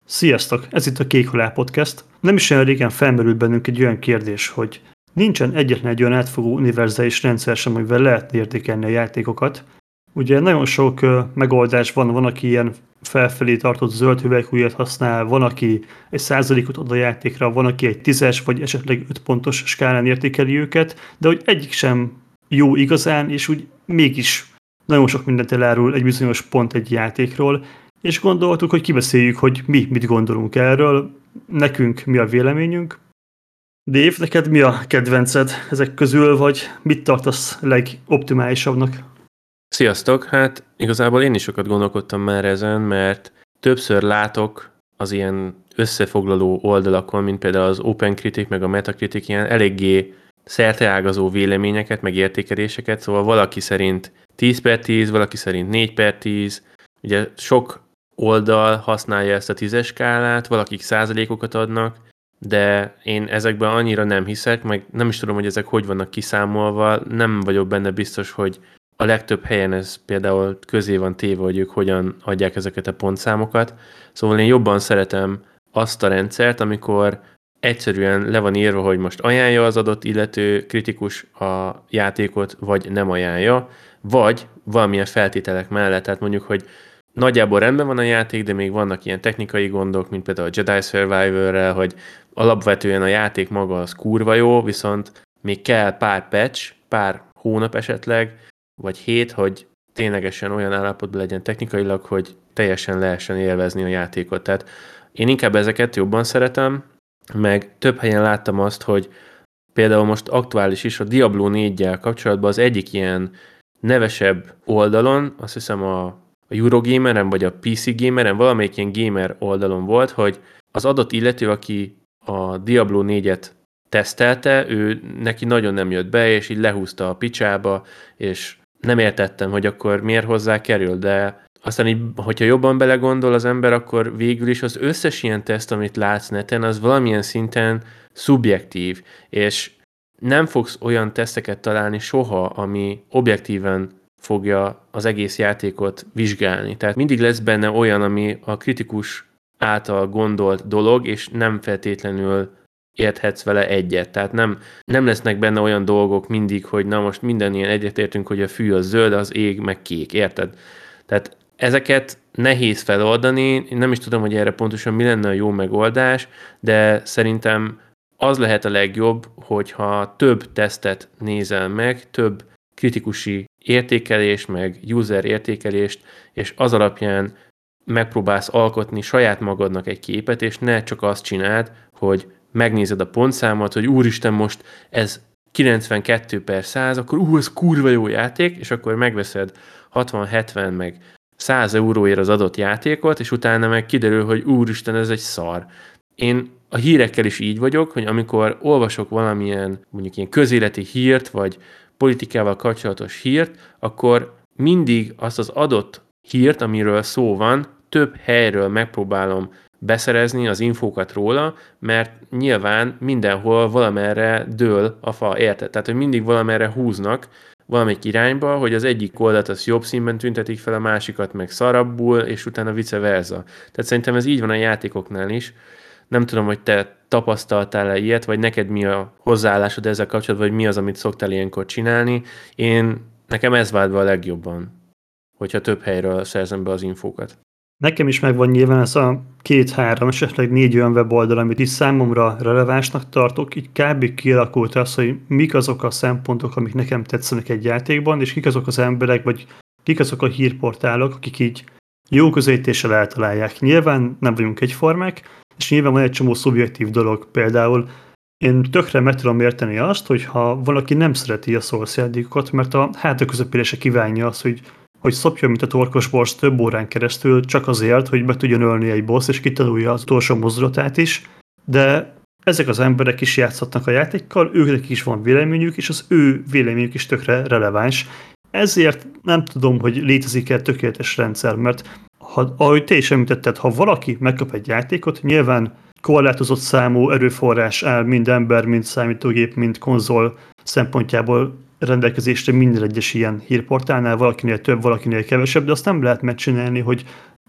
Sziasztok! Ez itt a Kék Halál Podcast. Nem is olyan régen felmerült bennünk egy olyan kérdés, hogy nincsen egyetlen egy olyan átfogó univerzális rendszer sem, amivel lehetne értékelni a játékokat. Ugye nagyon sok megoldás van, aki ilyen felfelé tartott zöld hüvelykújat használ, van, aki egy százalékot ad a játékra, van, aki egy 10-es vagy esetleg 5 pontos skálán értékeli őket, de hogy egyik sem jó igazán, és úgy mégis nagyon sok mindent elárul egy bizonyos pont egy játékról, és gondoltuk, hogy kibeszéljük, hogy mi mit gondolunk erről, nekünk mi a véleményünk. Dave, neked mi a kedvenced ezek közül, vagy mit tartasz legoptimálisabbnak? Sziasztok! Hát igazából én is sokat gondolkodtam már ezen, mert többször látok az ilyen összefoglaló oldalakon, mint például az OpenCritic meg a Metacritic ilyen eléggé szerteágazó véleményeket, meg értékeléseket, szóval valaki szerint 10/10, valaki szerint 4/10, ugye sok oldal használja ezt a 10-es skálát, valakik százalékokat adnak, de én ezekben annyira nem hiszek, meg nem is tudom, hogy ezek hogy vannak kiszámolva, nem vagyok benne biztos, hogy a legtöbb helyen ez például közé van téve, hogy ők hogyan adják ezeket a pontszámokat. Szóval én jobban szeretem azt a rendszert, amikor egyszerűen le van írva, hogy most ajánlja az adott illető kritikus a játékot, vagy nem ajánlja, vagy valamilyen feltételek mellett, tehát mondjuk, hogy nagyjából rendben van a játék, de még vannak ilyen technikai gondok, mint például a Jedi Survivor-rel, hogy alapvetően a játék maga az kurva jó, viszont még kell pár patch, pár hónap esetleg, vagy 7, hogy ténylegesen olyan állapotban legyen technikailag, hogy teljesen lehessen élvezni a játékot. Tehát én inkább ezeket jobban szeretem, meg több helyen láttam azt, hogy például most aktuális is a Diablo 4-gyel kapcsolatban az egyik ilyen nevesebb oldalon, azt hiszem a Eurogameren vagy a PC Gameren, valamelyik ilyen gamer oldalon volt, hogy az adott illető, aki a Diablo 4-et tesztelte, ő neki nagyon nem jött be, és így lehúzta a picsába, és nem értettem, hogy akkor miért hozzá kerül, de aztán így, hogyha jobban belegondol az ember, akkor végül is az összes ilyen teszt, amit látsz neten, az valamilyen szinten szubjektív, és nem fogsz olyan teszteket találni soha, ami objektíven fogja az egész játékot vizsgálni. Tehát mindig lesz benne olyan, ami a kritikus által gondolt dolog, és nem feltétlenül érthetsz vele egyet. Tehát nem lesznek benne olyan dolgok mindig, hogy na most minden ilyen egyetértünk, hogy a fű az zöld, az ég meg kék, érted? Tehát ezeket nehéz feloldani, én nem is tudom, hogy erre pontosan mi lenne a jó megoldás, de szerintem az lehet a legjobb, hogyha több tesztet nézel meg, több kritikusi értékelést, meg user értékelést, és az alapján megpróbálsz alkotni saját magadnak egy képet, és ne csak azt csináld, hogy megnézed a pontszámot, hogy úristen, most ez 92/100, akkor ez kurva jó játék, és akkor megveszed 60-70 meg 100 euróért az adott játékot, és utána meg kiderül, hogy úristen, ez egy szar. Én a hírekkel is így vagyok, hogy amikor olvasok valamilyen mondjuk ilyen közéleti hírt, vagy politikával kapcsolatos hírt, akkor mindig azt az adott hírt, amiről szó van, több helyről megpróbálom beszerezni az infókat róla, mert nyilván mindenhol valamerre dől a fa, érted? Tehát, hogy mindig valamerre húznak valamelyik irányba, hogy az egyik oldalt az jobb színben tüntetik fel, a másikat meg szarabbul, és utána vice versa. Tehát szerintem ez így van a játékoknál is. Nem tudom, hogy te tapasztaltál-e ilyet, vagy neked mi a hozzáállásod ezzel kapcsolatban, vagy mi az, amit szoktál ilyenkor csinálni. Nekem ez vált be a legjobban, hogyha több helyről szerzem be az infókat. Nekem is megvan nyilván ez a 2-3, esetleg 4 olyan weboldal, amit is számomra relevánsnak tartok, így kb. Kialakult az, hogy mik azok a szempontok, amik nekem tetszenek egy játékban, és kik azok az emberek, vagy kik azok a hírportálok, akik így jó közelítéssel eltalálják. Nyilván nem vagyunk egyformák, és nyilván van egy csomó szubjektív dolog. Például én tökre meg tudom érteni azt, hogy ha valaki nem szereti a Souls játékokat, mert a háta közepére se kívánja azt, hogy szopjon, mint a torkos borz több órán keresztül, csak azért, hogy meg tudjon ölni egy boss, és kitanulja az utolsó mozdulatát is, de ezek az emberek is játszhatnak a játékkal, őknek is van véleményük, és az ő véleményük is tökre releváns. Ezért nem tudom, hogy létezik-e tökéletes rendszer, mert ahogy te is említetted, ha valaki megkap egy játékot, nyilván korlátozott számú erőforrás áll mind ember, mind számítógép, mind konzol szempontjából rendelkezésre minden egyes ilyen hírportálnál, valakinél több, valakinél kevesebb, de azt nem lehet megcsinálni, hogy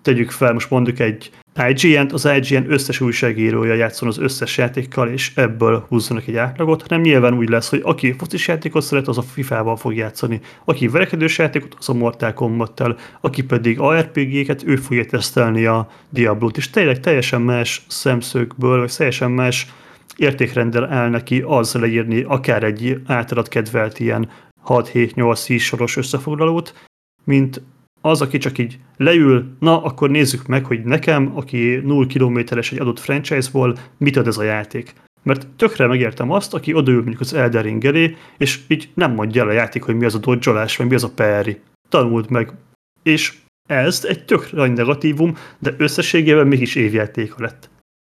tegyük fel, most mondjuk egy IGN-t, az IGN összes újságírója játszon az összes játékkal, és ebből húzzanak egy átlagot, hanem nyilván úgy lesz, hogy aki focis játékot szeret, az a FIFA-val fog játszani, aki verekedős játékot, az a Mortal Kombattal, aki pedig ARPG-ket, ő fogja tesztelni a Diablo-t, és tényleg teljesen más szemszögből, vagy teljesen más értékrendel áll neki az leírni akár egy általad kedvelt ilyen 6-7-8-10 soros összefoglalót, mint az, aki csak így leül, na, akkor nézzük meg, hogy nekem, aki 0 kilométeres egy adott franchise-ból, mit ad ez a játék. Mert tökre megértem azt, aki odaül mondjuk az Elden Ring elé, és így nem mondja el a játék, hogy mi az a dodge-olás, vagy mi az a parry. Tanuld meg. És ez egy tökre nagy negatívum, de összességében mégis évjátéka lett.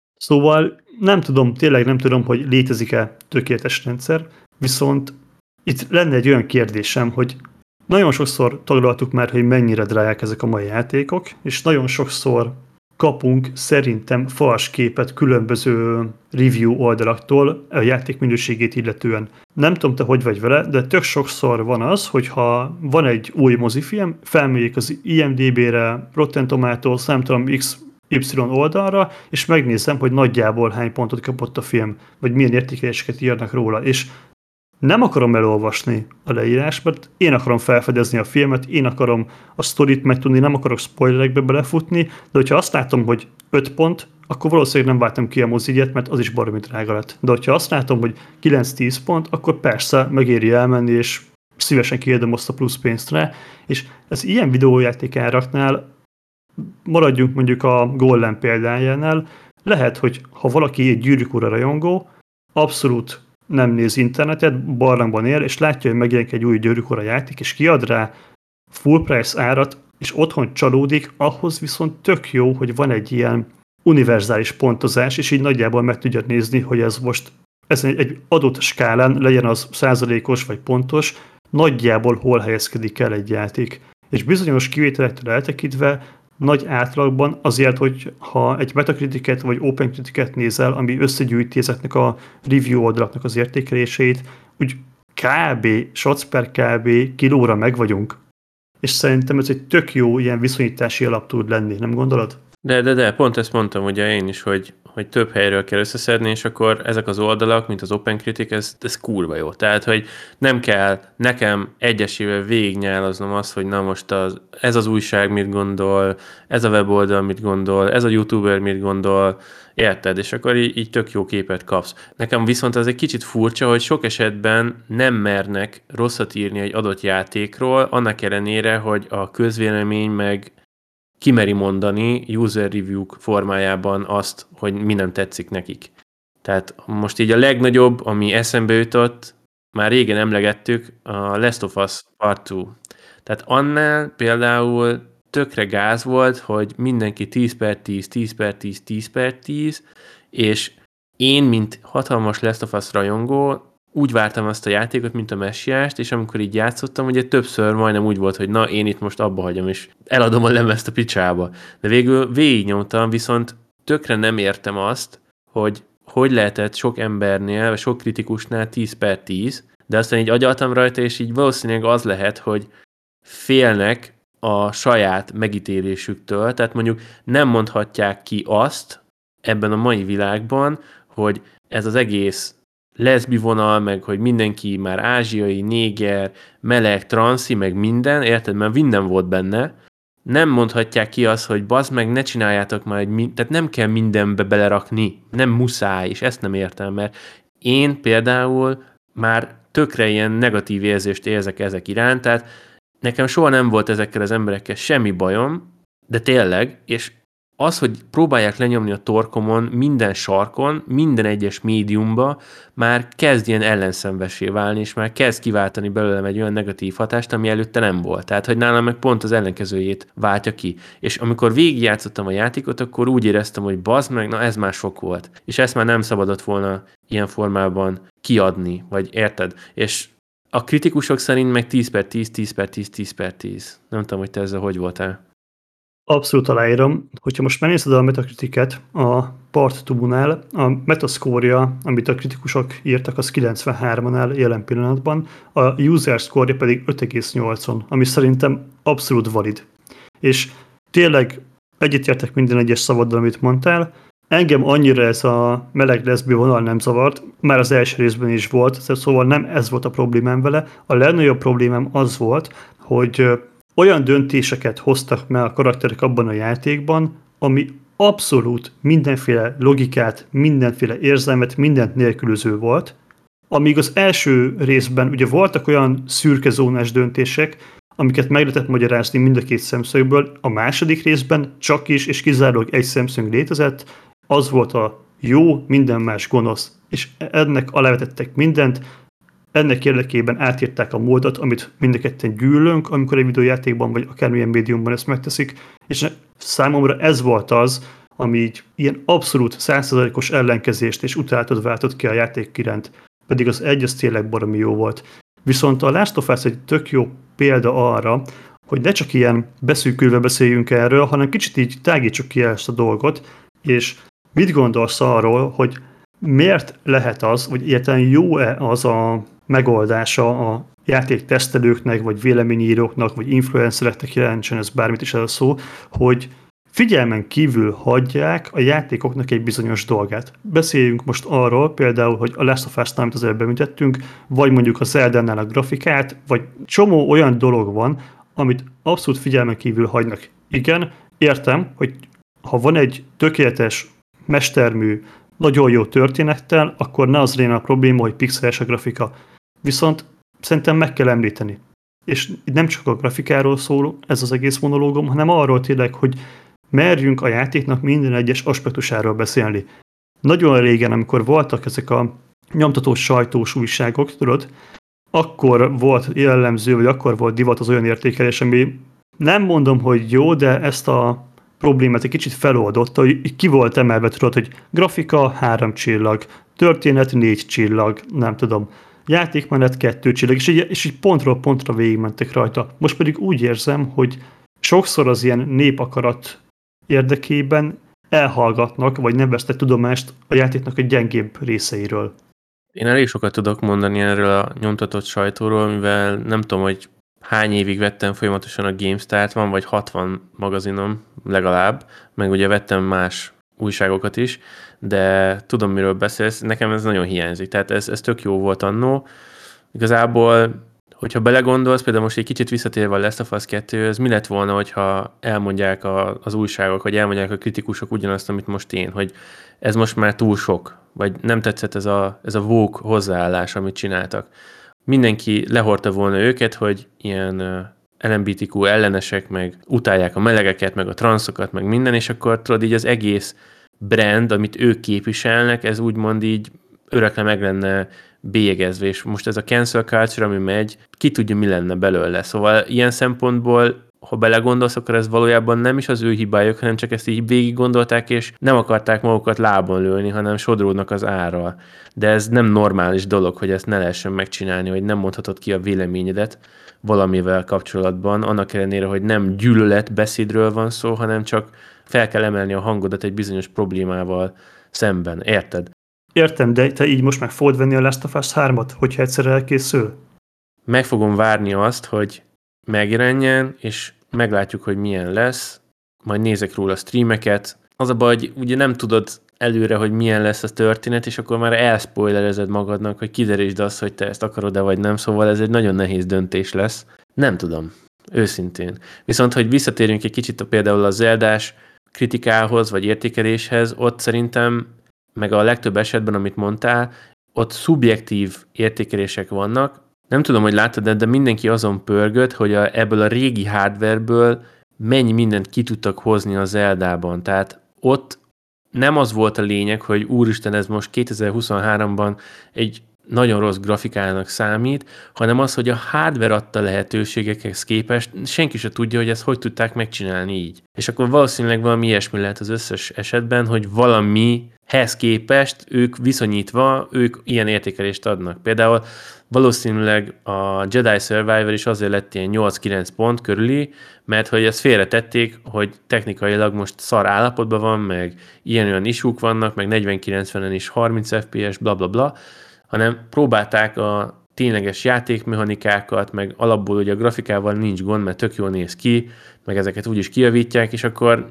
Szóval nem tudom, tényleg nem tudom, hogy létezik-e tökéletes rendszer, viszont itt lenne egy olyan kérdésem, hogy nagyon sokszor taglaltuk már, hogy mennyire drágák ezek a mai játékok, és nagyon sokszor kapunk szerintem fals képet különböző review oldalaktól a játék minőségét illetően. Nem tudom, te hogy vagy vele, de tök sokszor van az, hogyha van egy új mozifilm, felmegyek az IMDb-re, Rotten Tomatoes, nem tudom, XY oldalra, és megnézem, hogy nagyjából hány pontot kapott a film, vagy milyen értékeléseket írnak róla, és nem akarom elolvasni a leírást, mert én akarom felfedezni a filmet, én akarom a sztorit megtudni, nem akarok spoilerekbe belefutni, de hogyha azt látom, hogy 5 pont, akkor valószínűleg nem váltam ki a mozigyet, mert az is baromi drága lett. De hogyha azt látom, hogy 9-10 pont, akkor persze megéri elmenni, és szívesen kiadom azt a plusz pénzt rá, és ez ilyen videójátékáraknál, maradjunk mondjuk a Golem példájánál, lehet, hogy ha valaki egy Gyűrűk Ura rajongó, abszolút nem néz internetet, barlangban él, és látja, hogy megjelenik egy új Gyűrűk Ura játék, és kiad rá full price árat, és otthon csalódik, ahhoz viszont tök jó, hogy van egy ilyen univerzális pontozás, és így nagyjából meg tudja nézni, hogy ez most egy adott skálán, legyen az százalékos vagy pontos, nagyjából hol helyezkedik el egy játék. És bizonyos kivételektől eltekintve nagy átlagban azért, hogy ha egy Metacriticet vagy OpenCriticet nézel, ami összegyűjti ezeknek a review oldalaknak az értékeléseit, úgy kb. Shots per kb. Kilóra meg vagyunk. És szerintem ez egy tök jó ilyen viszonyítási alap tud lenni, nem gondolod? De, pont ezt mondtam ugye én is, hogy több helyről kell összeszedni, és akkor ezek az oldalak, mint az OpenCritic, ez kurva jó. Tehát, hogy nem kell nekem egyesével végignyálaznom azt, hogy na most ez az újság mit gondol, ez a weboldal mit gondol, ez a youtuber mit gondol, érted? És akkor így tök jó képet kapsz. Nekem viszont az egy kicsit furcsa, hogy sok esetben nem mernek rosszat írni egy adott játékról, annak ellenére, hogy a közvélemény meg kimeri mondani user review-k formájában azt, hogy mi nem tetszik nekik. Tehát most így a legnagyobb, ami eszembe jutott, már régen emlegettük, a Last of Us Part 2. Tehát annál például tökre gáz volt, hogy mindenki 10/10, 10/10, 10/10, és én, mint hatalmas Last of Us rajongó, úgy vártam azt a játékot, mint a messiást, és amikor így játszottam, ugye többször majdnem úgy volt, hogy na, én itt most abba hagyom, és eladom a lemezt a picsába. De végül végignyomtam, viszont tökre nem értem azt, hogy lehetett sok embernél, vagy sok kritikusnál 10/10, de aztán így agyaltam rajta, és így valószínűleg az lehet, hogy félnek a saját megítélésüktől, tehát mondjuk nem mondhatják ki azt ebben a mai világban, hogy ez az egész leszbi vonal, meg hogy mindenki már ázsiai, néger, meleg, transzi, meg minden, érted? Mert minden volt benne. Nem mondhatják ki azt, hogy bazd meg, ne csináljátok már, tehát nem kell mindenbe belerakni, nem muszáj, és ezt nem értem, mert én például már tökre ilyen negatív érzést érzek ezek iránt, tehát nekem soha nem volt ezekkel az emberekkel semmi bajom, de tényleg, és az, hogy próbálják lenyomni a torkomon minden sarkon, minden egyes médiumba, már kezd ilyen ellenszenvessé válni, és már kezd kiváltani belőlem egy olyan negatív hatást, ami előtte nem volt. Tehát, hogy nálam meg pont az ellenkezőjét váltja ki. És amikor végigjátszottam a játékot, akkor úgy éreztem, hogy bazd meg, na ez már sok volt. És ezt már nem szabadott volna ilyen formában kiadni, vagy érted? És a kritikusok szerint meg 10/10, 10/10, 10/10. Nem tudom, hogy te ezzel hogy voltál. Abszolút aláírom. Hogyha most megnézed a Metacriticet a Part 2-nál, a Metascore-ja, amit a kritikusok írtak, az 93-an áll jelen pillanatban, a user score-ja pedig 5,8-on, ami szerintem abszolút valid. És tényleg egyetértek minden egyes szavaddal, amit mondtál. Engem annyira ez a meleg leszbi vonal nem zavart, már az első részben is volt, szóval nem ez volt a problémám vele. A legnagyobb problémám az volt, hogy olyan döntéseket hoztak meg a karakterek abban a játékban, ami abszolút mindenféle logikát, mindenféle érzelmet, mindent nélkülöző volt, amíg az első részben ugye voltak olyan szürke zónás döntések, amiket meg lehetett magyarázni mind a két szemszögből, a második részben csak is és kizárólag egy szemszög létezett, az volt a jó, minden más gonosz. És ennek alávetettek mindent, ennek érdekében átírták a módot, amit mind a ketten gyűlölünk, amikor egy videójátékban vagy akármilyen médiumban ezt megteszik, és számomra ez volt az, ami így ilyen abszolút 100%-os ellenkezést és utálatot váltott ki a játék iránt, pedig az egy az tényleg baromi jó volt. Viszont a Last of Us egy tök jó példa arra, hogy ne csak ilyen beszűkülve beszéljünk erről, hanem kicsit így tágítsuk ki ezt a dolgot, és mit gondolsz arról, hogy miért lehet az, vagy egyáltalán jó-e az a megoldása a játéktesztelőknek, vagy véleményíróknak, vagy influencereknek, jelentsen ez bármit is ez szó, hogy figyelmen kívül hagyják a játékoknak egy bizonyos dolgát. Beszéljünk most arról, például, hogy a Last of Us-nál, amit az előbb említettünk, vagy mondjuk a Zelda-nál a grafikát, vagy csomó olyan dolog van, amit abszolút figyelmen kívül hagynak. Igen, értem, hogy ha van egy tökéletes, mestermű, nagyon jó történettel, akkor ne az lenne a probléma, hogy pixeles a grafika. Viszont szerintem meg kell említeni. És nem csak a grafikáról szól ez az egész monológom, hanem arról tényleg, hogy merjünk a játéknak minden egyes aspektusáról beszélni. Nagyon régen, amikor voltak ezek a nyomtatós sajtós újságok, tudod, akkor volt jellemző, vagy akkor volt divat az olyan értékelés, ami nem mondom, hogy jó, de ezt a problémát egy kicsit feloldotta, hogy ki volt emelve, tudod, hogy grafika 3 csillag, történet 4 csillag, nem tudom, játékmenet 2 csillag, és így pontról pontra végigmentek rajta. Most pedig úgy érzem, hogy sokszor az ilyen népakarat érdekében elhallgatnak, vagy nem vesznek tudomást a játéknak a gyengébb részeiről. Én elég sokat tudok mondani erről a nyomtatott sajtóról, mivel nem tudom, hogy hány évig vettem folyamatosan a GameStart, van vagy 60 magazinom legalább, meg ugye vettem más újságokat is, de tudom, miről beszélsz, nekem ez nagyon hiányzik, tehát ez tök jó volt annó. Igazából, hogyha belegondolsz, például most egy kicsit visszatérve a Last of Us 2-höz, mi lett volna, hogyha elmondják az újságok, vagy elmondják a kritikusok ugyanazt, amit most én, hogy ez most már túl sok, vagy nem tetszett ez a woke hozzáállás, amit csináltak. Mindenki lehordta volna őket, hogy ilyen LMBTQ ellenesek, meg utálják a melegeket, meg a transzokat, meg minden, és akkor tudod, így az egész brand, amit ők képviselnek, ez úgymond így örökre meg lenne bélyegezve, és most ez a cancel culture, ami megy, ki tudja, mi lenne belőle. Szóval ilyen szempontból, ha belegondolsz, akkor ez valójában nem is az ő hibájuk, hanem csak ezt így végig gondolták, és nem akarták magukat lábon lőni, hanem sodródnak az árral. De ez nem normális dolog, hogy ezt ne lehessen megcsinálni, hogy nem mondhatod ki a véleményedet valamivel kapcsolatban, annak ellenére, hogy nem gyűlöletbeszédről van szó, hanem csak fel kell emelni a hangodat egy bizonyos problémával szemben. Érted? Értem, de te így most meg fogod venni a Last of Us 3-at, hogyha egyszer elkészül? Meg fogom várni azt, hogy megjelenjen, és meglátjuk, hogy milyen lesz, majd nézek róla streameket. Az a baj, hogy ugye nem tudod előre, hogy milyen lesz a történet, és akkor már elspoilerezed magadnak, hogy kiderítsd azt, hogy te ezt akarod-e vagy nem, szóval ez egy nagyon nehéz döntés lesz. Nem tudom, őszintén. Viszont, hogy visszatérjünk egy kicsit például a Zeldás kritikához, vagy értékeléshez, ott szerintem, meg a legtöbb esetben, amit mondtál, ott szubjektív értékelések vannak. Nem tudom, hogy láttad, de mindenki azon pörgött, hogy ebből a régi hardwareből mennyi mindent ki tudtak hozni a Zeldában. Tehát ott nem az volt a lényeg, hogy úristen, ez most 2023-ban egy nagyon rossz grafikának számít, hanem az, hogy a hardware adta lehetőségekhez képest senki se tudja, hogy ezt hogy tudták megcsinálni így. És akkor valószínűleg valami ilyesmi lehet az összes esetben, hogy valamihez képest ők viszonyítva, ők ilyen értékelést adnak. Például valószínűleg a Jedi Survivor is azért lett ilyen 8-9 pont körüli, mert hogy ezt félretették, hogy technikailag most szar állapotban van, meg ilyen-olyan isúk vannak, meg 40-90-en is 30 FPS, bla bla bla, hanem próbálták a tényleges játékmechanikákat, meg alapból ugye a grafikával nincs gond, mert tök jól néz ki, meg ezeket úgyis kijavítják, és akkor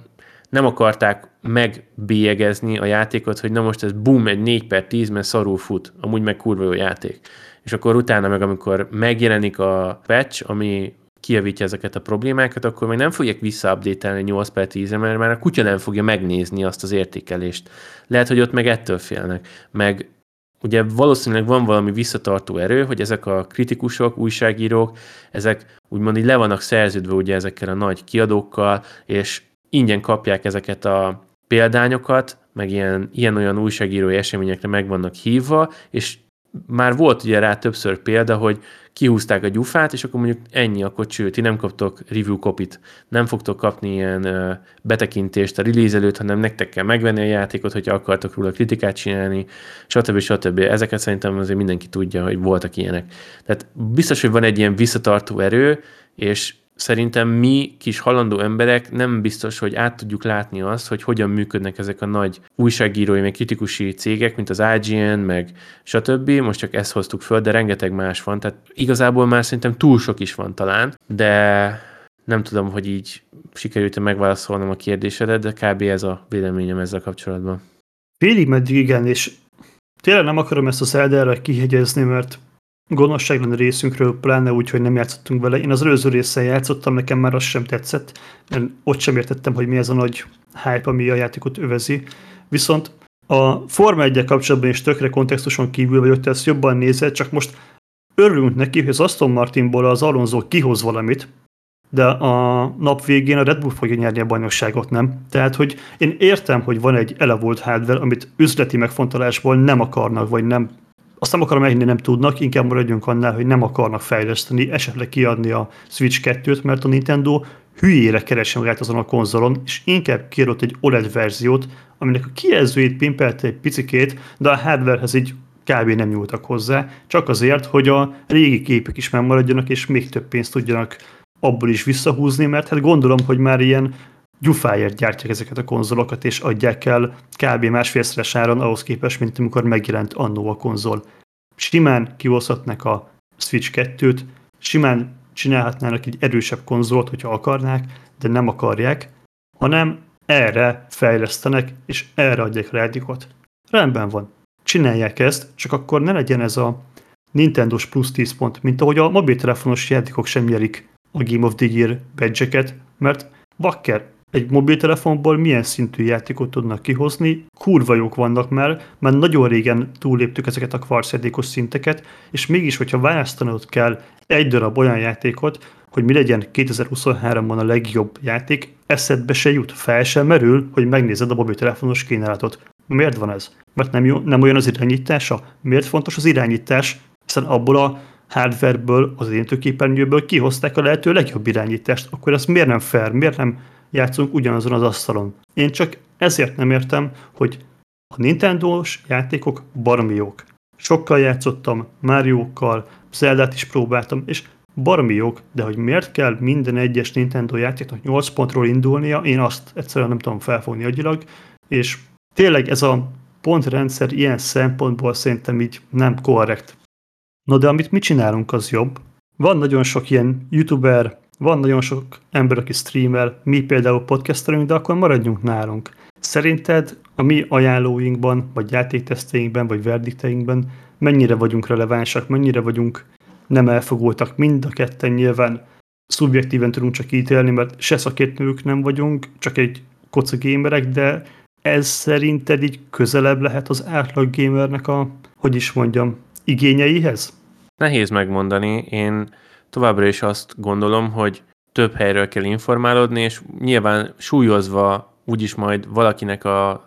nem akarták megbélyegezni a játékot, hogy na most ez bum, egy 4/10, mert szarul fut, amúgy meg kurva jó játék. És akkor utána meg, amikor megjelenik a patch, ami kijavítja ezeket a problémákat, akkor meg nem fogják visszaupdate-elni 8/10-re, mert már a kutya nem fogja megnézni azt az értékelést. Lehet, hogy ott meg ettől félnek. Meg ugye valószínűleg van valami visszatartó erő, hogy ezek a kritikusok, újságírók, ezek úgymond így le vannak szerződve ugye ezekkel a nagy kiadókkal, és ingyen kapják ezeket a példányokat, meg ilyen-olyan újságírói eseményekre meg vannak hívva, és már volt ugye rá többször példa, hogy kihúzták a gyufát, és akkor mondjuk ennyi, akkor cső, ti nem kaptok review copyt, nem fogtok kapni ilyen betekintést a release előtt, hanem nektek kell megvenni a játékot, hogyha akartok róla kritikát csinálni, stb. Ezeket szerintem azért mindenki tudja, hogy voltak ilyenek. Tehát biztos, hogy van egy ilyen visszatartó erő, és szerintem mi kis halandó emberek nem biztos, hogy át tudjuk látni azt, hogy hogyan működnek ezek a nagy újságírói, meg kritikusi cégek, mint az IGN, meg stb. Most csak ezt hoztuk föl, de rengeteg más van. Tehát igazából már szerintem túl sok is van talán, de nem tudom, hogy így sikerült-e megválaszolnom a kérdésedet, de kb. Ez a véleményem ezzel kapcsolatban. Félig meddig igen, és tényleg nem akarom ezt az Zeldára kihegyezni, mert gonoszság lenne részünkről, pláne úgy, hogy nem játszottunk vele. Én az előző résszel játszottam, nekem már az sem tetszett. Én ott sem értettem, hogy mi ez a nagy hype, ami a játékot övezi. Viszont a Forma 1-jel kapcsolatban is tökre kontextuson kívül vagy, hogy ezt jobban nézed, csak most örülünk neki, hogy az Aston Martinból az Alonso kihoz valamit, de a nap végén a Red Bull fogja nyerni a bajnokságot, nem? Tehát, hogy én értem, hogy van egy elavult hardware, amit üzleti megfontolásból nem akarnak, vagy nem. Azt nem akarom elhinni, nem tudnak, inkább maradjunk annál, hogy nem akarnak fejleszteni, esetleg kiadni a Switch 2-t, mert a Nintendo hülyére keresi magát azon a konzolon, és inkább kiadott egy OLED verziót, aminek a kijelzőjét pimpelte egy picikét, de a hardwarehez így kb. Nem nyúltak hozzá, csak azért, hogy a régi képek is megmaradjanak, és még több pénzt tudjanak abból is visszahúzni, mert hát gondolom, hogy már ilyen gyufáért gyártják ezeket a konzolokat, és adják el kb. Másfélszeres áron ahhoz képest, mint amikor megjelent annó a konzol. Simán kihozhatnak a Switch 2-t, simán csinálhatnának egy erősebb konzolt, hogyha akarnák, de nem akarják, hanem erre fejlesztenek, és erre adják a játékot. Rendben van. Csinálják ezt, csak akkor ne legyen ez a Nintendo-s plusz 10 pont, mint ahogy a mobiltelefonos játékok sem nyerik a Game of the Year badge-eket, mert bakker, egy mobiltelefonból milyen szintű játékot tudnak kihozni, kurva jók vannak már, mert nagyon régen túlléptük ezeket a kvarcjátékos szinteket, és mégis, hogyha választanod kell egy darab olyan játékot, hogy mi legyen 2023-ban a legjobb játék, eszedbe se jut, fel sem merül, hogy megnézed a mobiltelefonos kínálatot. Miért van ez? Mert nem olyan az irányítása? Miért fontos az irányítás? Hiszen abból a hardwareből, az érintőképernyőből kihozták a lehető legjobb irányítást. Akkor ez miért nem fair? Miért nem játszunk ugyanazon az asztalon? Én csak ezért nem értem, hogy a Nintendo-s játékok baromi jók. Sokkal játszottam, Mario-kkal, Zeldát is próbáltam, és baromi jók, de hogy miért kell minden egyes Nintendo játéknak 8 pontról indulnia, én azt egyszerűen nem tudom felfogni agyilag, és tényleg ez a pontrendszer ilyen szempontból szerintem így nem korrekt. No de amit mi csinálunk, az jobb. Van nagyon sok ilyen youtuber, van nagyon sok ember, aki streamer, mi például podcasterünk, de akkor maradjunk nálunk. Szerinted a mi ajánlóinkban, vagy játékteszteinkben, vagy verdikteinkben mennyire vagyunk relevánsak, mennyire vagyunk nem elfogultak, mind a ketten nyilván szubjektíven tudunk csak ítélni, mert se szakértők nem vagyunk, csak egy koca gamerek, de ez szerinted így közelebb lehet az átlag gamernek a, hogy is mondjam, igényeihez? Nehéz megmondani. Én továbbra is azt gondolom, hogy több helyről kell informálódni, és nyilván súlyozva úgyis majd valakinek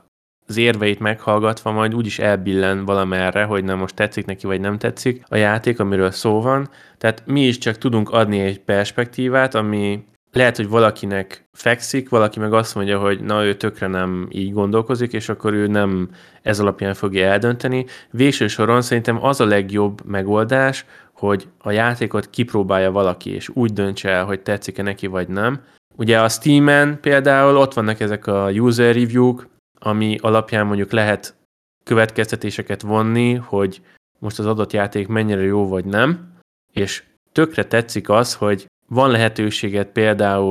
az érveit meghallgatva majd úgyis elbillen valamerre, hogy nem most tetszik neki, vagy nem tetszik a játék, amiről szó van. Tehát mi is csak tudunk adni egy perspektívát, ami lehet, hogy valakinek fekszik, valaki meg azt mondja, hogy na, ő tökre nem így gondolkozik, és akkor ő nem ez alapján fogja eldönteni. Végső soron szerintem az a legjobb megoldás, hogy a játékot kipróbálja valaki, és úgy döntse el, hogy tetszik-e neki, vagy nem. Ugye a Steamen például ott vannak ezek a user review-k, ami alapján mondjuk lehet következtetéseket vonni, hogy most az adott játék mennyire jó, vagy nem, és tökre tetszik az, hogy van lehetőséged például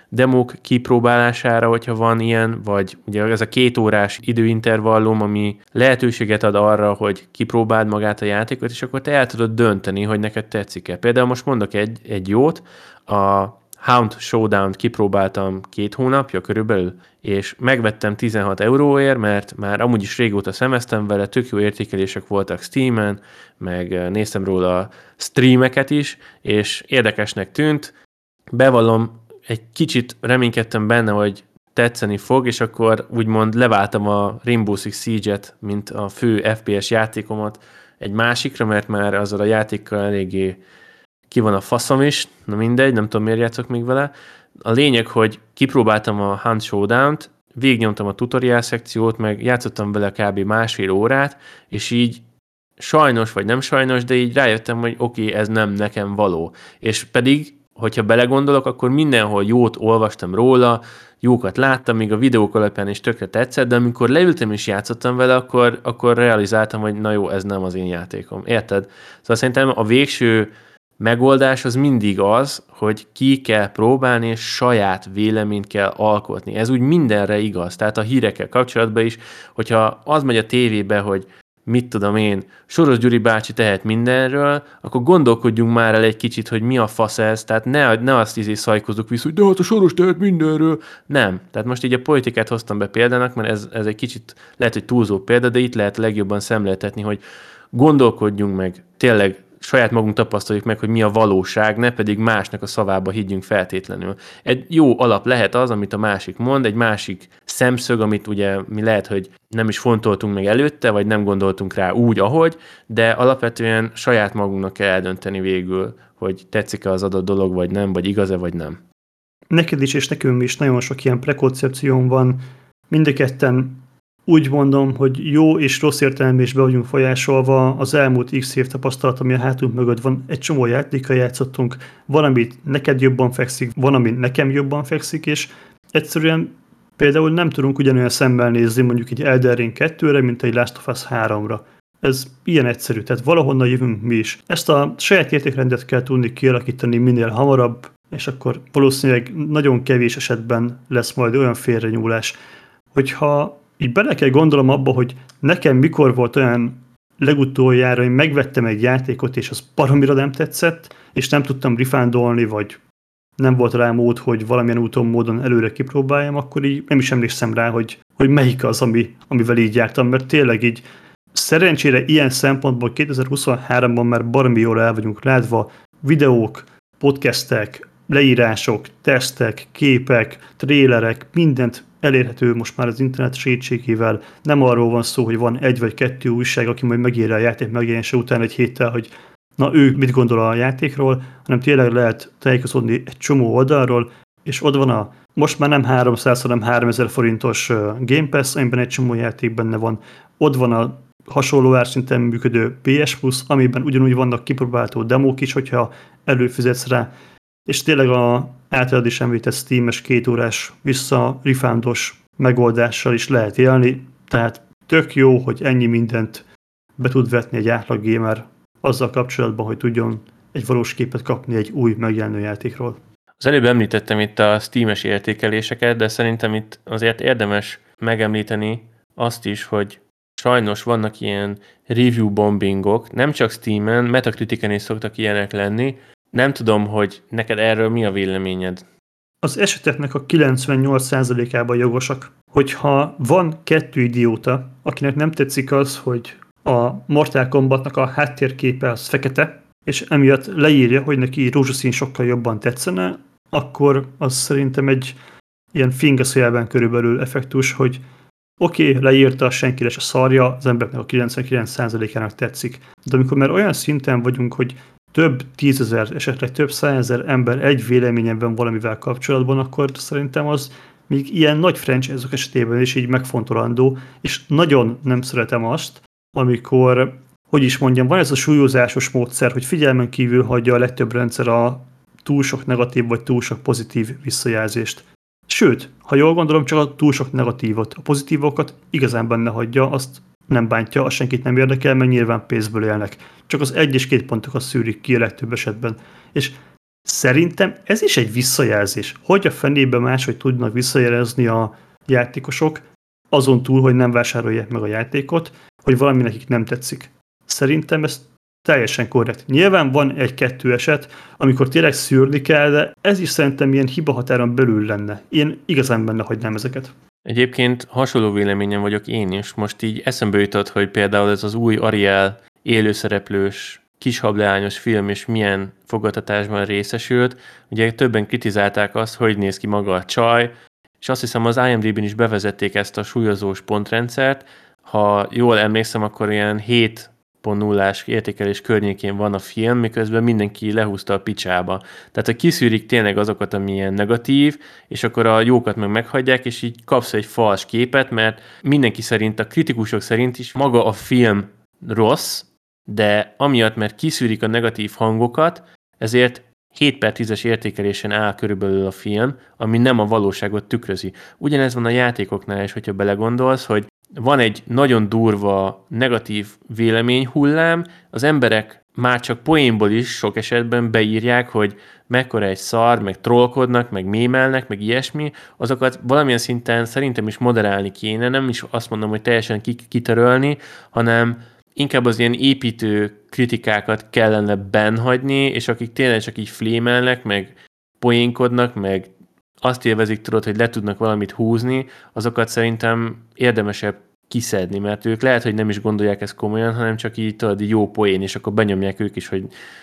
demók kipróbálására, hogyha van ilyen, vagy ugye ez a 2 órás időintervallum, ami lehetőséget ad arra, hogy kipróbáld magát a játékot, és akkor te el tudod dönteni, hogy neked tetszik-e. Például most mondok egy jót, a Hound Showdown-t kipróbáltam 2 hónapja körülbelül, és megvettem 16 euróért, mert már amúgy is régóta szemeztem vele, tök jó értékelések voltak Steamen, meg néztem róla streameket is, és érdekesnek tűnt. Bevallom, egy kicsit reménykedtem benne, hogy tetszeni fog, és akkor úgymond leváltam a Rainbow Six Siege-et, mint a fő FPS játékomat egy másikra, mert már azzal a játékkal eléggé ki van a faszom is, na mindegy, nem tudom miért játszok még vele. A lényeg, hogy kipróbáltam a Hunt Showdown-t, végignyomtam a tutorial szekciót, meg játszottam vele kb. Másfél órát, és így sajnos vagy nem sajnos, de így rájöttem, hogy oké, ez nem nekem való. És pedig, hogyha belegondolok, akkor mindenhol jót olvastam róla, jókat láttam, még a videók alapján is tökre tetszett, de amikor leültem és játszottam vele, akkor realizáltam, hogy na jó, ez nem az én játékom. Érted? Szóval szerintem a végső megoldás az mindig az, hogy ki kell próbálni, és saját véleményt kell alkotni. Ez úgy mindenre igaz. Tehát a hírekkel kapcsolatban is, hogyha az megy a tévébe, hogy mit tudom én, Soros Gyuri bácsi tehet mindenről, akkor gondolkodjunk már el egy kicsit, hogy mi a fasz ez, tehát ne azt szajkozzuk vissza, hogy de hát a Soros tehet mindenről. Nem. Tehát most így a politikát hoztam be példának, mert ez egy kicsit lehet, hogy túlzó példa, de itt lehet legjobban szemléltetni, hogy gondolkodjunk meg, tényleg saját magunk tapasztaljuk meg, hogy mi a valóság, ne pedig másnak a szavába higgyünk feltétlenül. Egy jó alap lehet az, amit a másik mond, egy másik szemszög, amit ugye mi lehet, hogy nem is fontoltunk meg előtte, vagy nem gondoltunk rá úgy, ahogy, de alapvetően saját magunknak kell eldönteni végül, hogy tetszik-e az adott dolog, vagy nem, vagy igaz-e, vagy nem. Neked is, és nekünk is nagyon sok ilyen prekoncepción van. Mind a ketten úgy mondom, hogy jó és rossz értelmésbe vagyunk folyásolva, az elmúlt x év tapasztalat, ami a hátunk mögött van, egy csomó játékkal játszottunk, van, amit neked jobban fekszik, van, ami nekem jobban fekszik, és egyszerűen például nem tudunk ugyanolyan szemmel nézni mondjuk egy Elden Ring 2-re, mint egy Last of Us 3-ra. Ez ilyen egyszerű, tehát valahonnan jövünk mi is. Ezt a saját értékrendet kell tudni kialakítani minél hamarabb, és akkor valószínűleg nagyon kevés esetben lesz majd olyan félrenyúlás, hogyha így bele kell gondolom abba, hogy nekem mikor volt olyan legutoljára, hogy megvettem egy játékot, és az baromira nem tetszett, és nem tudtam refundolni, vagy nem volt rá mód, hogy valamilyen úton, módon előre kipróbáljam, akkor így nem is emlékszem rá, hogy melyik az, amivel így jártam, mert tényleg így szerencsére ilyen szempontból 2023-ban már baromi jól el vagyunk látva, videók, podcastek, leírások, tesztek, képek, trélerek, mindent elérhető most már az internet segítségével. Nem arról van szó, hogy van 1 vagy 2 újság, aki majd megírja a játék megjelenése után egy héttel, hogy na ő mit gondol a játékról, hanem tényleg lehet tájékozódni egy csomó oldalról, és ott van most már nem 300, hanem 3000 forintos Game Pass, amiben egy csomó játék benne van. Ott van a hasonló árszinten működő PS Plus, amiben ugyanúgy vannak kipróbálható demók is, hogyha előfizetsz rá, és tényleg általad is említett Steam-es 2 órás refundos megoldással is lehet élni, tehát tök jó, hogy ennyi mindent be tud vetni egy átlag gamer azzal kapcsolatban, hogy tudjon egy valós képet kapni egy új megjelenő játékról. Az előbb említettem itt a Steam-es értékeléseket, de szerintem itt azért érdemes megemlíteni azt is, hogy sajnos vannak ilyen review bombingok, nem csak Steamen, Metacritiken is szoktak ilyenek lenni. Nem tudom, hogy neked erről mi a véleményed? Az eseteknek a 98%-ában jogosak. Hogyha van 2 idióta, akinek nem tetszik az, hogy a Mortal Kombatnak a háttérképe az fekete, és emiatt leírja, hogy neki rózsaszín sokkal jobban tetszene, akkor az szerintem egy ilyen fingaszélben körülbelül effektus, hogy oké, leírta, senkire se szarja, az embereknek a 99%-ának tetszik. De amikor már olyan szinten vagyunk, hogy több 10 000, esetleg több 100 000 ember egy véleményen van valamivel kapcsolatban, akkor szerintem az még ilyen nagy franchise-ok esetében is így megfontolandó, és nagyon nem szeretem azt, amikor, hogy is mondjam, van ez a súlyozásos módszer, hogy figyelmen kívül hagyja a legtöbb rendszer a túl sok negatív vagy túl sok pozitív visszajelzést. Sőt, ha jól gondolom, csak a túl sok negatívot, a pozitívokat igazán benne hagyja, azt nem bántja, az senkit nem érdekel, mert nyilván pénzből élnek. Csak az 1 és 2 pontokat szűrik ki a legtöbb esetben. És Szerintem ez is egy visszajelzés. Hogy a fenében máshogy tudnak visszajelezni a játékosok, azon túl, hogy nem vásárolják meg a játékot, hogy valami nekik nem tetszik. Szerintem ez teljesen korrekt. Nyilván van egy-kettő eset, amikor tényleg szűrni kell, de ez is szerintem ilyen hibahatáron belül lenne. Én igazán benne hagynám ezeket. Egyébként hasonló véleményen vagyok én is. Most így eszembe jutott, hogy például ez az új Ariel élőszereplős, kishableányos film és milyen fogadtatásban részesült. Ugye többen kritizálták azt, hogy néz ki maga a csaj, és azt hiszem az IMDb-n is bevezették ezt a súlyozós pontrendszert. Ha jól emlékszem, akkor ilyen 7.0-ás értékelés környékén van a film, miközben mindenki lehúzta a picsába. Tehát, hogy kiszűrik tényleg azokat, ami ilyen negatív, és akkor a jókat meg meghagyják, és így kapsz egy fals képet, mert mindenki szerint, a kritikusok szerint is maga a film rossz, de amiatt, mert kiszűrik a negatív hangokat, ezért 7/10-es értékelésen áll körülbelül a film, ami nem a valóságot tükrözi. Ugyanez van a játékoknál is, hogyha belegondolsz, hogy van egy nagyon durva negatív véleményhullám, az emberek már csak poénból is sok esetben beírják, hogy mekkora egy szar, meg trollkodnak, meg mémelnek, meg ilyesmi, azokat valamilyen szinten szerintem is moderálni kéne, nem is azt mondom, hogy teljesen kitörölni, hanem inkább az ilyen építő kritikákat kellene bennhagyni, és akik tényleg csak így flémelnek, meg poénkodnak, meg azt élvezik, tudod, hogy le tudnak valamit húzni, azokat szerintem érdemesebb kiszedni, mert ők lehet, hogy nem is gondolják ezt komolyan, hanem csak így tudod, jó poén, és akkor benyomják ők is, hogy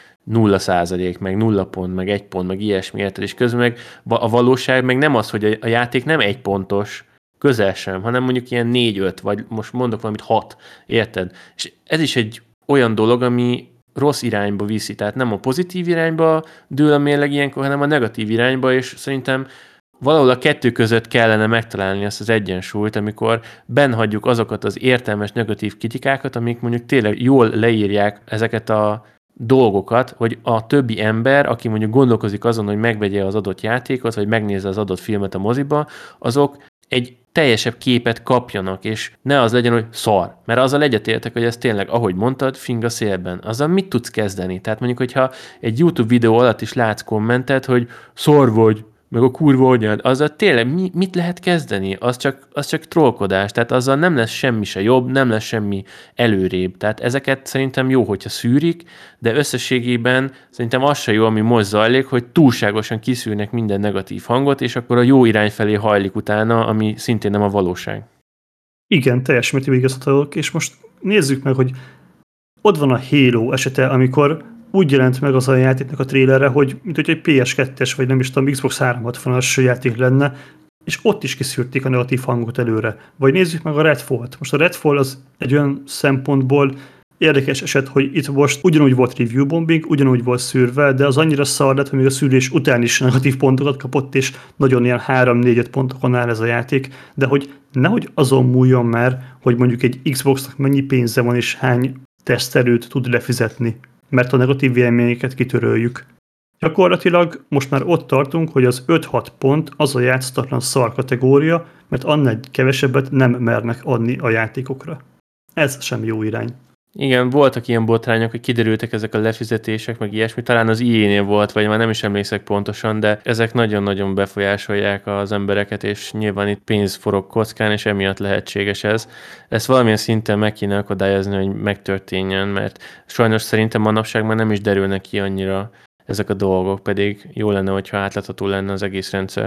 0%, meg 0 pont, meg 1 pont, meg ilyesmi, érted? És közben meg a valóság meg nem az, hogy a játék nem 1 pontos, közel sem, hanem mondjuk ilyen 4-5, vagy most mondok valamit 6, érted? És ez is egy olyan dolog, ami rossz irányba viszi, tehát nem a pozitív irányba dől a mérleg ilyenkor, hanem a negatív irányba, és szerintem valahol a kettő között kellene megtalálni ezt az egyensúlyt, amikor bennhagyjuk azokat az értelmes negatív kritikákat, amik mondjuk tényleg jól leírják ezeket a dolgokat, hogy a többi ember, aki mondjuk gondolkozik azon, hogy megvegye az adott játékot, vagy megnézze az adott filmet a moziba, azok egy teljesebb képet kapjanak, és ne az legyen, hogy szar. Mert azzal egyetértek, hogy ez tényleg, ahogy mondtad, fing a szélben. Azzal mit tudsz kezdeni? Tehát mondjuk, hogyha egy YouTube videó alatt is látsz kommentet, hogy szar vagy, meg a kurva anyád, azzal tényleg mit lehet kezdeni? Az csak trollkodás, tehát azzal nem lesz semmi se jobb, nem lesz semmi előrébb. Tehát ezeket szerintem jó, hogyha szűrik, de összességében szerintem az se jó, ami most zajlik, hogy túlságosan kiszűrnek minden negatív hangot, és akkor a jó irány felé hajlik utána, ami szintén nem a valóság. Igen, teljes mértékben igazat adok, és most nézzük meg, hogy ott van a Halo esete, amikor úgy jelent meg az a játéknak a trailerre, hogy mint hogy egy PS2-es, vagy nem is tudom, Xbox 360-as játék lenne, és ott is kiszűrték a negatív hangot előre. Vagy nézzük meg a Redfall-t. Most a Redfall az egy olyan szempontból érdekes eset, hogy itt most ugyanúgy volt review bombing, ugyanúgy volt szűrve, de az annyira szar lett, hogy még a szűrés után is negatív pontokat kapott, és nagyon ilyen 3-4-5 pontokon áll ez a játék, de hogy nehogy azon múljon már, hogy mondjuk egy Xboxnak mennyi pénze van, és hány tesztelőt tud lefizetni, mert a negatív véleményeket kitöröljük. Gyakorlatilag most már ott tartunk, hogy az 5-6 pont az a játszatlan szar kategória, mert annál kevesebbet nem mernek adni a játékokra. Ez sem jó irány. Igen, voltak ilyen botrányok, hogy kiderültek ezek a lefizetések, meg ilyesmi. Talán az EA-nél volt, vagy már nem is emlékszek pontosan, de ezek nagyon-nagyon befolyásolják az embereket, és nyilván itt pénz forog kockán, és emiatt lehetséges ez. Ezt valamilyen szinten meg kéne akadályozni, hogy megtörténjen, mert sajnos szerintem manapság már nem is derülnek ki annyira ezek a dolgok, pedig jó lenne, hogyha átlátható lenne az egész rendszer.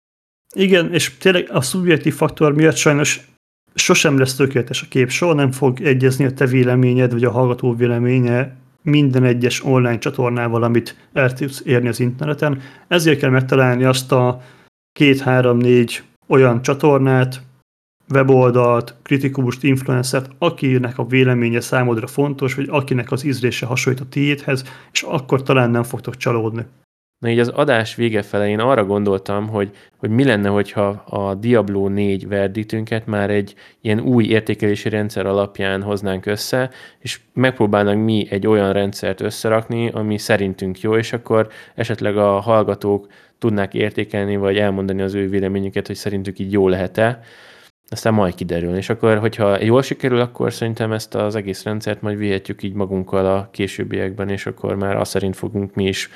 Igen, és tényleg a szubjektív faktor miatt sajnos sosem lesz tökéletes a kép, soha nem fog egyezni a te véleményed, vagy a hallgató véleménye minden egyes online csatornával, amit el tudsz érni az interneten. Ezért kell megtalálni azt a 2-3-4 olyan csatornát, weboldalt, kritikust, influencert, akinek a véleménye számodra fontos, vagy akinek az ízlése hasonlít a tiédhez, és akkor talán nem fogtok csalódni. Na így az adás vége fele én arra gondoltam, hogy mi lenne, hogyha a Diablo 4 verdiktünket már egy ilyen új értékelési rendszer alapján hoznánk össze, és megpróbálnánk mi egy olyan rendszert összerakni, ami szerintünk jó, és akkor esetleg a hallgatók tudnák értékelni, vagy elmondani az ő véleményüket, hogy szerintük így jó lehet-e. Aztán majd kiderül. És akkor, hogyha jól sikerül, akkor szerintem ezt az egész rendszert majd vihetjük így magunkkal a későbbiekben, és akkor már azt szerint fogunk mi is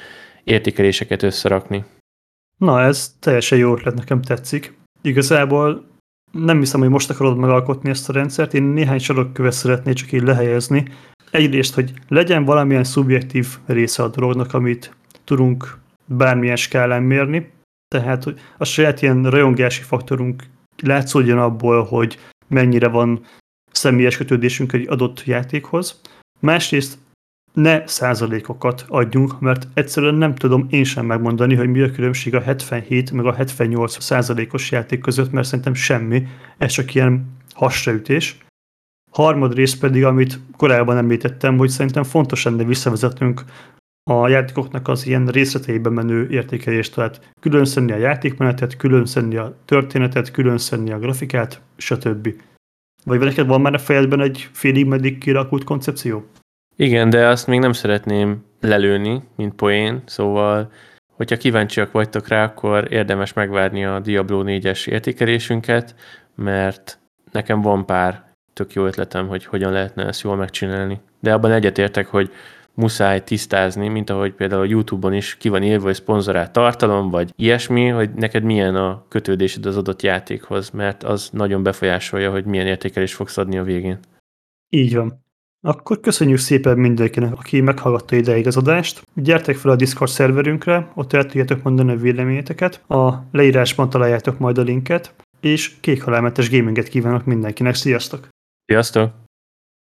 értékeléseket összerakni. Na, ez teljesen jó ötlet, nekem tetszik. Igazából nem hiszem, hogy most akarod megalkotni ezt a rendszert, én néhány sarokkövet szeretnék csak így lehelyezni. Egyrészt, hogy legyen valamilyen szubjektív része a dolognak, amit tudunk bármilyen skálán mérni, tehát hogy a saját ilyen rajongási faktorunk látszódjon abból, hogy mennyire van személyes kötődésünk egy adott játékhoz. Másrészt ne százalékokat adjunk, mert egyszerűen nem tudom én sem megmondani, hogy mi a különbség a 77 meg a 78 százalékos játék között, mert szerintem semmi, ez csak ilyen hasraütés. Harmadrészt pedig, amit korábban említettem, hogy szerintem fontos lenne visszavezetnünk a játékoknak az ilyen részleteiben menő értékelést, tehát külön szedni a játékmenetet, külön szedni a történetet, külön szedni a grafikát, stb. Vagy neked van már a fejedben egy félig meddig kialakult koncepció? Igen, de azt még nem szeretném lelőni, mint poén, szóval, hogyha kíváncsiak vagytok rá, akkor érdemes megvárni a Diablo 4-es értékelésünket, mert nekem van pár tök jó ötletem, hogy hogyan lehetne ezt jól megcsinálni. De abban egyetértek, hogy muszáj tisztázni, mint ahogy például a YouTube-on is ki van írva, hogy szponzorált tartalom, vagy ilyesmi, hogy neked milyen a kötődésed az adott játékhoz, mert az nagyon befolyásolja, hogy milyen értékelést fogsz adni a végén. Így van. Akkor köszönjük szépen mindenkinek, aki meghallgatta ideig az adást. Gyertek fel a Discord szerverünkre, ott el tudjátok mondani a véleményeteket, a leírásban találjátok majd a linket, és kékhalálmentes gaminget kívánok mindenkinek. Sziasztok! Sziasztok!